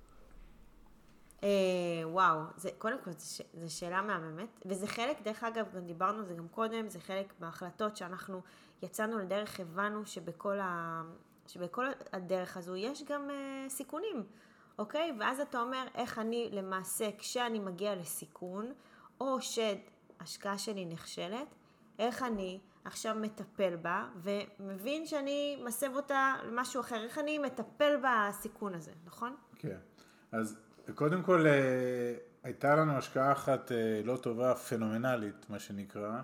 Speaker 2: וואו, קודם כל, זו שאלה מהממת, וזה חלק, דרך אגב, גם דיברנו על זה גם קודם, זה חלק בהחלטות שאנחנו יצאנו לדרך, הבנו שבכל הדרך הזו יש גם סיכונים, אוקיי? ואז אתה אומר, איך אני למעשה, כשאני מגיע לסיכון, או שהשקעה שלי נכשלת, איך אני עכשיו מטפל בה, ומבין שאני מסב אותה למשהו אחר, איך אני מטפל בסיכון הזה, נכון?
Speaker 3: כן, אז קודם כל, הייתה לנו השקעה אחת לא טובה, פנומנלית, מה שנקרא,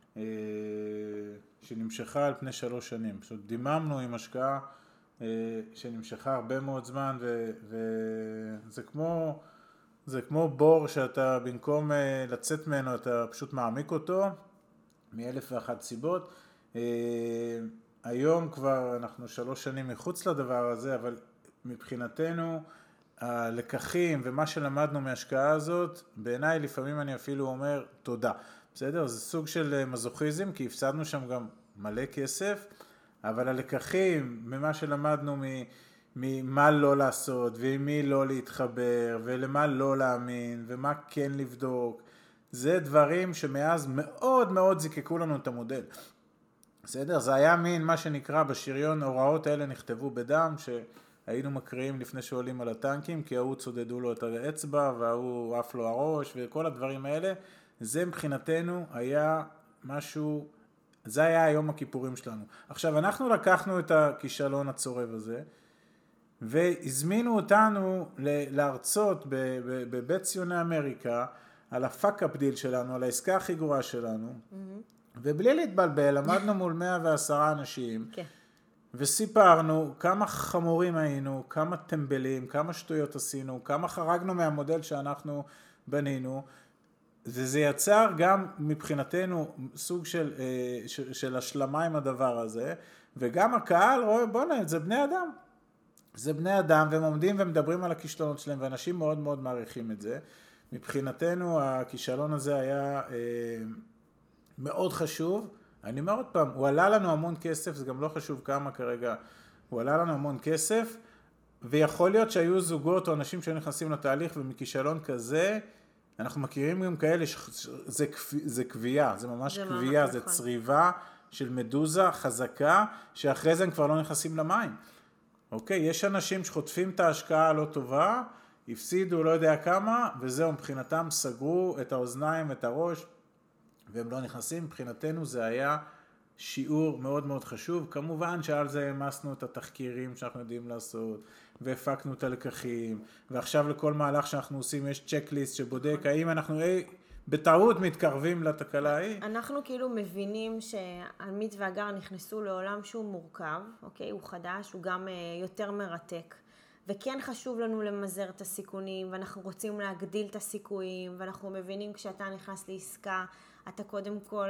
Speaker 3: שנמשכה על פני 3 שנים. פשוט דיממנו עם השקעה שנמשכה הרבה מאוד זמן, וזה כמו בור שאתה במקום לצאת ממנו, אתה פשוט מעמיק אותו, מ1,001 סיבות. היום כבר אנחנו 3 שנים מחוץ לדבר הזה, אבל מבחינתנו, הלקחים ומה שלמדנו מההשקעה הזאת, בעיניי לפעמים אני אפילו אומר תודה. בסדר? זה סוג של מזוכיזם, כי הפסדנו שם גם מלא כסף, אבל הלקחים ממה שלמדנו ממה לא לעשות, ומי לא להתחבר, ולמה לא להאמין, ומה כן לבדוק, זה דברים שמאז מאוד מאוד זיקקו לנו את המודל. בסדר? זה היה מין מה שנקרא בשריון, הוראות האלה נכתבו בדם, היינו מקריאים לפני שעולים על הטנקים, כי ההוא צודדו לו את האצבע, וההוא עף לו הראש, וכל הדברים האלה. זה מבחינתנו היה משהו, זה היה היום הכיפורים שלנו. עכשיו, אנחנו לקחנו את הכישלון הצורב הזה, והזמינו אותנו להרצות בבית ציוני אמריקה, על הפאק-אפ דיל שלנו, על העסקה הכי גרועה שלנו, ובלי להתבלבל, עמדנו מול 110 אנשים, כן. וסיפרנו כמה חמורים היינו, כמה טמבלים, כמה שטויות עשינו, כמה חרגנו מהמודל שאנחנו בנינו, וזה יצר גם מבחינתנו סוג של השלמה עם הדבר הזה, וגם הקהל רואה, בוא'נה, זה בני אדם. זה בני אדם, והם עומדים ומדברים על הכישלונות שלהם, ואנשים מאוד מאוד מעריכים את זה. מבחינתנו הכישלון הזה היה מאוד חשוב, אני אומר עוד פעם, הוא עלה לנו המון כסף, זה גם לא חשוב כמה כרגע הוא עלה לנו המון כסף, ויכול להיות שהיו זוגות או אנשים שהיו נכנסים לתהליך ומכישלון כזה, אנחנו מכירים גם כאלה שזה קביעה, זה ממש קביעה, זה צריבה של מדוזה חזקה, שאחרי זה הם כבר לא נכנסים למים. אוקיי, יש אנשים שחוטפים את ההשקעה הלא טובה, הפסידו לא יודע כמה, וזהו, מבחינתם סגרו את האוזניים, את הראש, והם לא נכנסים. מבחינתנו זה היה שיעור מאוד מאוד חשוב. כמובן שעל זה המסנו את התחקירים שאנחנו יודעים לעשות, והפקנו את הלקחים, ועכשיו לכל מהלך שאנחנו עושים יש צ'קליסט שבודק האם אנחנו בטעות מתקרבים לתקלה ההיא.
Speaker 2: אנחנו כאילו מבינים שעמית והגר נכנסו לעולם שהוא מורכב, אוקיי? הוא חדש, הוא גם יותר מרתק. וכן חשוב לנו למזער את הסיכונים, ואנחנו רוצים להגדיל את הסיכויים, ואנחנו מבינים כשאתה נכנס לעסקה, אתה קודם כל,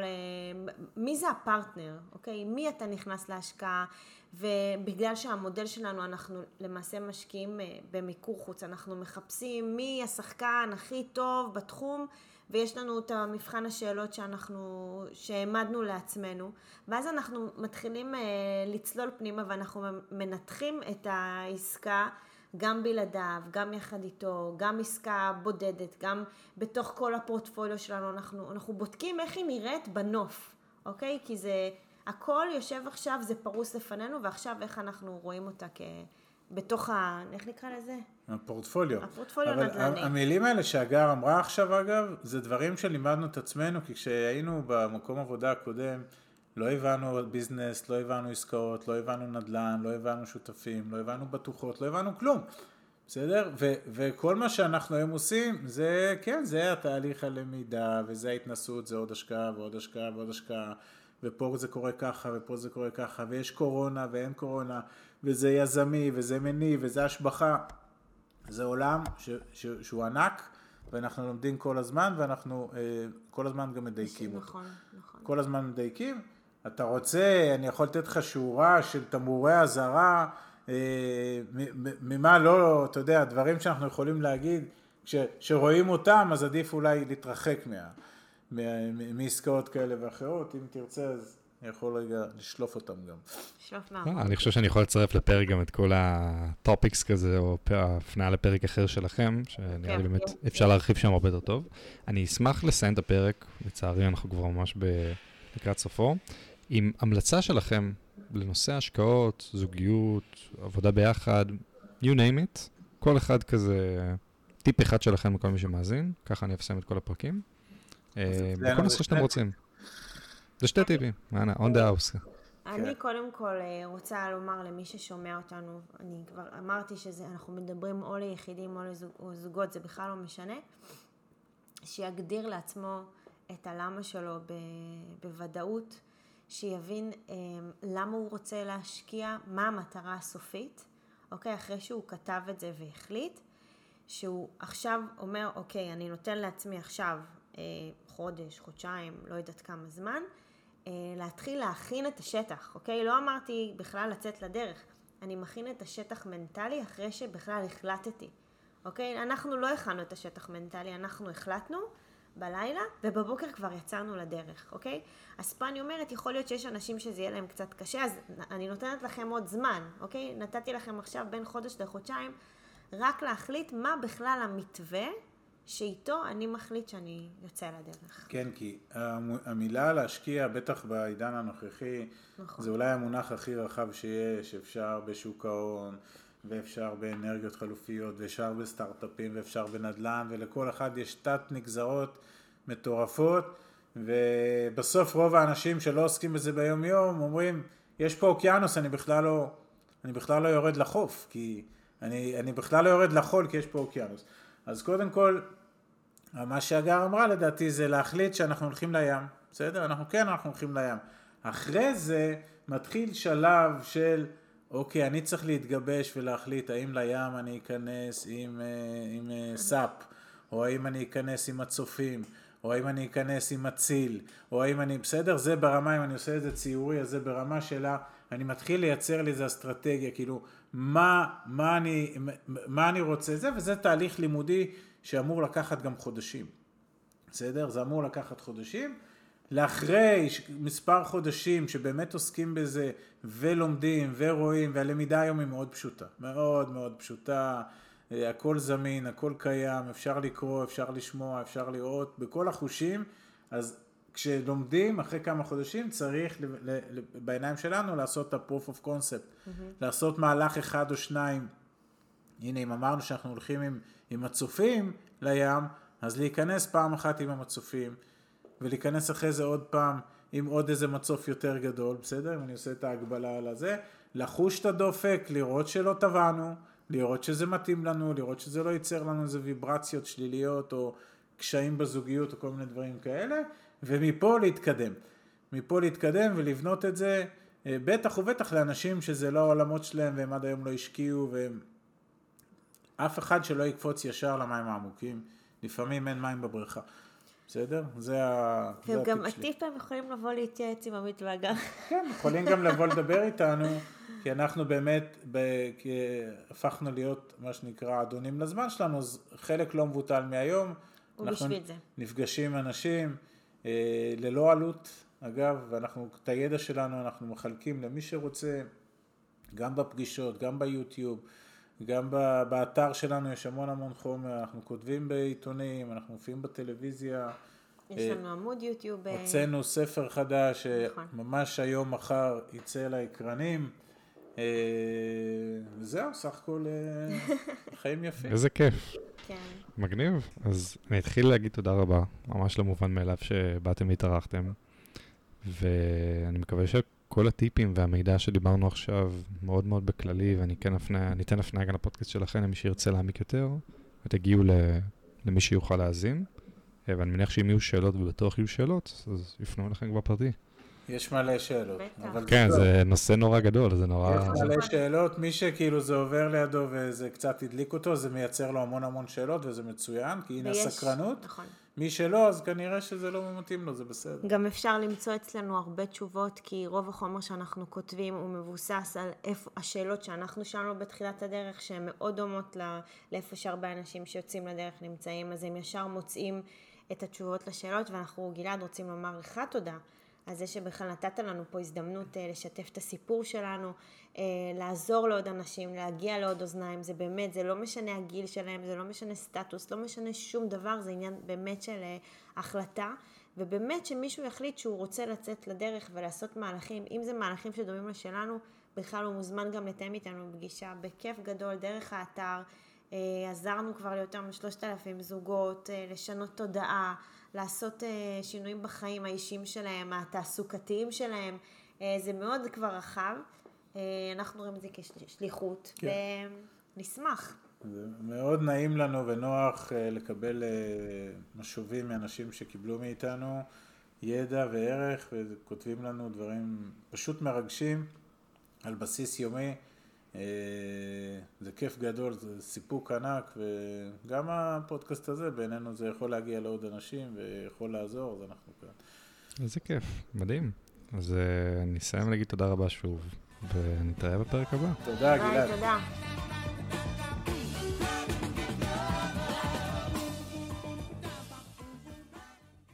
Speaker 2: מי זה הפרטנר, אוקיי? מי אתה נכנס להשקעה, ובגלל שהמודל שלנו, אנחנו למעשה משקיעים במיקור חוץ, אנחנו מחפשים מי השחקן הכי טוב בתחום, ויש לנו את המבחן השאלות שהעמדנו לעצמנו, ואז אנחנו מתחילים לצלול פנימה, ואנחנו מנתחים את העסקה, גם בלעדיו, גם יחד איתו, גם עסקה בודדת, גם בתוך כל הפורטפוליו שלנו, אנחנו בודקים איך היא נראית בנוף, אוקיי? כי זה, הכל יושב עכשיו, זה פרוס לפנינו, ועכשיו איך אנחנו רואים אותה בתוך איך נקרא לזה?
Speaker 3: הפורטפוליו.
Speaker 2: הפורטפוליו נדל"ני.
Speaker 3: אבל המילים האלה שהגר אמרה עכשיו, אגב, זה דברים שלימדנו את עצמנו, כי כשהיינו במקום עבודה הקודם, לא הבנו ביזנס, לא הבנו עסקאות, לא הבנו נדל"ן, לא הבנו שותפים, לא הבנו בטוחות, לא הבנו כלום. בסדר? וכל מה שאנחנו היום עושים, זה, כן, זה התהליך הלמידה, וזה ההתנסות, זה עוד השקעה ועוד השקעה ועוד השקעה, ופה זה קורה ככה, ופה זה קורה ככה, ויש קורונה ואין קורונה, וזה יזמי, וזה מניב, וזה השבחה. זה עולם שהוא ענק, ואנחנו לומדים כל הזמן, ואנחנו כל הזמן גם מדייקים אותו.
Speaker 2: נכון, נכון.
Speaker 3: כל הזמן מדייקים. אתה רוצה, אני יכול לתת לך שורה של תמרורי הזרה, ממה לא, אתה יודע, דברים שאנחנו יכולים להגיד, כשרואים אותם, אז עדיף אולי להתרחק מעסקאות כאלה ואחרות. אם תרצה, אז אני יכול רגע לשלוף אותם גם.
Speaker 2: שלוף מה?
Speaker 1: אני חושב שאני יכול לצרף לפרק גם את כל הטופיקס כזה, או הפניה לפרק אחר שלכם, שנראה לי באמת אפשר להרחיב שם הרבה יותר טוב. אני אשמח לסיים את הפרק, לצערי אנחנו כבר ממש לקראת סופו, עם המלצה שלכם לנושא השקעות, זוגיות, עבודה ביחד, you name it, כל אחד כזה, טיפ אחד שלכם לכל מי שמאזין, ככה אני אפסם את כל הפרקים, בכל נושא שאתם רוצים. זה שתי טיפים, on the house.
Speaker 2: אני קודם כל רוצה לומר למי ששומע אותנו, אני כבר אמרתי שאנחנו מדברים או ליחידים או לזוגות, זה בכלל לא משנה, שיגדיר לעצמו את הלמה שלו בוודאות, שיבין למה הוא רוצה להשקיע, מה המטרה הסופית, אוקיי, אחרי שהוא כתב את זה והחליט, שהוא עכשיו אומר, אוקיי, אני נותן לעצמי עכשיו חודש, חודשיים, לא יודעת כמה זמן, להתחיל להכין את השטח, אוקיי? לא אמרתי בכלל לצאת לדרך, אני מכין את השטח מנטלי אחרי שבכלל החלטתי, אוקיי? אנחנו לא הכנו את השטח מנטלי, אנחנו החלטנו בלילה, ובבוקר כבר יצאנו לדרך, אוקיי? אז פה אני אומרת, יכול להיות שיש אנשים שזה יהיה להם קצת קשה, אז אני נותנת לכם עוד זמן, אוקיי? נתתי לכם עכשיו בין חודש לחודשיים, רק להחליט מה בכלל המתווה, שאיתו אני מחליט שאני יוצא לדרך.
Speaker 3: כן, כי המילה להשקיע, בטח בעידן הנוכחי, נכון. זה אולי המונח הכי רחב שיש, אפשר בשוק ההון, ואפשר באנרגיות חלופיות, ואפשר בסטארט-אפים, ואפשר בנדל"ן, ולכל אחד יש תת נגזרות מטורפות, ובסוף רוב האנשים שלא עוסקים בזה ביום יום, אומרים, יש פה אוקיינוס, אני בכלל לא יורד לחוף, כי אני בכלל לא יורד לחול, כי יש פה אוקיינוס. אז קודם כל, מה שהגר אמרה לדעתי זה להחליט שאנחנו הולכים לים, בסדר? אנחנו הולכים לים. אחרי זה מתחיל שלב של, אוקיי, אני צריך להתגבש ולהחליט האם לים אני אכנס עם סאפ, או האם אני אכנס עם הצופים, או האם אני אכנס עם הציל, או האם אני, בסדר? זה ברמה, אם אני עושה את זה ציורי, אז זה ברמה שלה, אני מתחיל לייצר לי איזו אסטרטגיה, כאילו, מה אני רוצה זה, וזה תהליך לימודי שאמור לקחת גם חודשים. בסדר? זה אמור לקחת חודשים. לאחרי מספר חודשים שבאמת עוסקים בזה ולומדים ורואים, והלמידה היום היא מאוד פשוטה, מאוד מאוד פשוטה, הכל זמין, הכל קיים, אפשר לקרוא, אפשר לשמוע, אפשר לראות, בכל החושים, אז כשלומדים אחרי כמה חודשים צריך בעיניים שלנו לעשות את ה-proof of concept, לעשות מהלך אחד או שניים. הנה, אם אמרנו שאנחנו הולכים עם הצופים לים, אז להיכנס פעם אחת עם המצופים, ולהיכנס אחרי זה עוד פעם עם עוד איזה מצוף יותר גדול, בסדר? אם אני עושה את ההגבלה על הזה, לחוש את הדופק, לראות שלא טבענו, לראות שזה מתאים לנו, לראות שזה לא ייצר לנו איזה ויברציות שליליות או קשיים בזוגיות או כל מיני דברים כאלה, ומפה להתקדם. מפה להתקדם ולבנות את זה, בטח ובטח לאנשים שזה לא העולמות שלהם והם עד היום לא השקיעו, והם אף אחד שלא יקפוץ ישר למים העמוקים, לפעמים אין מים בבריכה. בסדר? זה הטיפ שלי.
Speaker 2: וגם הטיפ הם יכולים לבוא להתייעץ עם עמית ואגר.
Speaker 3: כן, יכולים גם לבוא לדבר איתנו, כי אנחנו באמת הפכנו להיות מה שנקרא אדונים לזמן שלנו, אז חלק לא מבוטל מהיום.
Speaker 2: ובשביל זה.
Speaker 3: נפגשים אנשים ללא עלות, אגב, ואנחנו, את הידע שלנו אנחנו מחלקים למי שרוצה, גם בפגישות, גם ביוטיוב, גם באתר שלנו יש המון חומר, אנחנו כותבים בעיתונים, אנחנו מופיעים בטלוויזיה.
Speaker 2: יש לנו עמוד יוטיוב.
Speaker 3: הוצאנו ספר חדש, ממש היום מחר יצא לאקרנים. וזהו, סך הכל חיים יפים.
Speaker 1: איזה כיף.
Speaker 2: כן.
Speaker 1: מגניב. אז אני אתחיל להגיד תודה רבה, ממש לא מובן מאליו שבאתם והתארחתם. ואני מקווה כל הטיפים והמידע שדיברנו עכשיו מאוד מאוד בכללי, ואני כן אתן הפניה גם לפודקאסט שלכם, למי שירצה להעמיק יותר, ותגיעו למי שיוכל להאזין, ואני מניח שאם יהיו שאלות, ובטוח יהיו שאלות, אז יפנו אליכם כבר פרטי.
Speaker 3: יש מלא שאלות.
Speaker 1: כן, זה נושא נורא גדול, זה נורא...
Speaker 3: יש מלא שאלות, מי שכאילו זה עובר לידו וזה קצת הדליק אותו, זה מייצר לו המון שאלות, וזה מצוין, כי הנה הסקרנות.
Speaker 2: נכון.
Speaker 3: מי שלא, אז כנראה שזה לא מתאים לו, זה בסדר.
Speaker 2: גם אפשר למצוא אצלנו הרבה תשובות, כי רוב החומר שאנחנו כותבים הוא מבוסס על השאלות שאנחנו שאלנו בתחילת הדרך, שהן מאוד דומות לאיפה שהרבה אנשים שיוצאים לדרך נמצאים, אז הם ישר מוצאים את התשובות לשאלות, ואנחנו, גלעד, רוצים לומר לך תודה, על זה שבכלל נתת לנו פה הזדמנות לשתף את הסיפור שלנו, לעזור לעוד אנשים, להגיע לעוד אוזניים, זה באמת, זה לא משנה הגיל שלהם, זה לא משנה סטטוס, לא משנה שום דבר, זה עניין באמת של החלטה, ובאמת שמישהו יחליט שהוא רוצה לצאת לדרך ולעשות מהלכים, אם זה מהלכים שדומים לשלנו, בכלל הוא מוזמן גם לתאם איתנו פגישה, בכיף גדול, דרך האתר, עזרנו כבר ליותר מ3,000 זוגות, לשנות תודעה, לעשות שינויים בחיים האישיים שלהם, התעסוקתיים שלהם, זה מאוד כבר רחב, אנחנו רואים את זה כשליחות, כן. ונשמח.
Speaker 3: זה מאוד נעים לנו ונוח לקבל משובים מאנשים שקיבלו מאיתנו ידע וערך, וכותבים לנו דברים פשוט מרגשים על בסיס יומי. זה כיף גדול, זה סיפוק ענק, וגם הפודקאסט הזה בעינינו זה יכול להגיע לעוד אנשים ויכול לעזור, אז אנחנו כאן.
Speaker 1: איזה כיף, מדהים. אז אני אסיים להגיד תודה רבה שוב, ונתראה בפרק הבא.
Speaker 3: תודה, גלעד.
Speaker 2: תודה.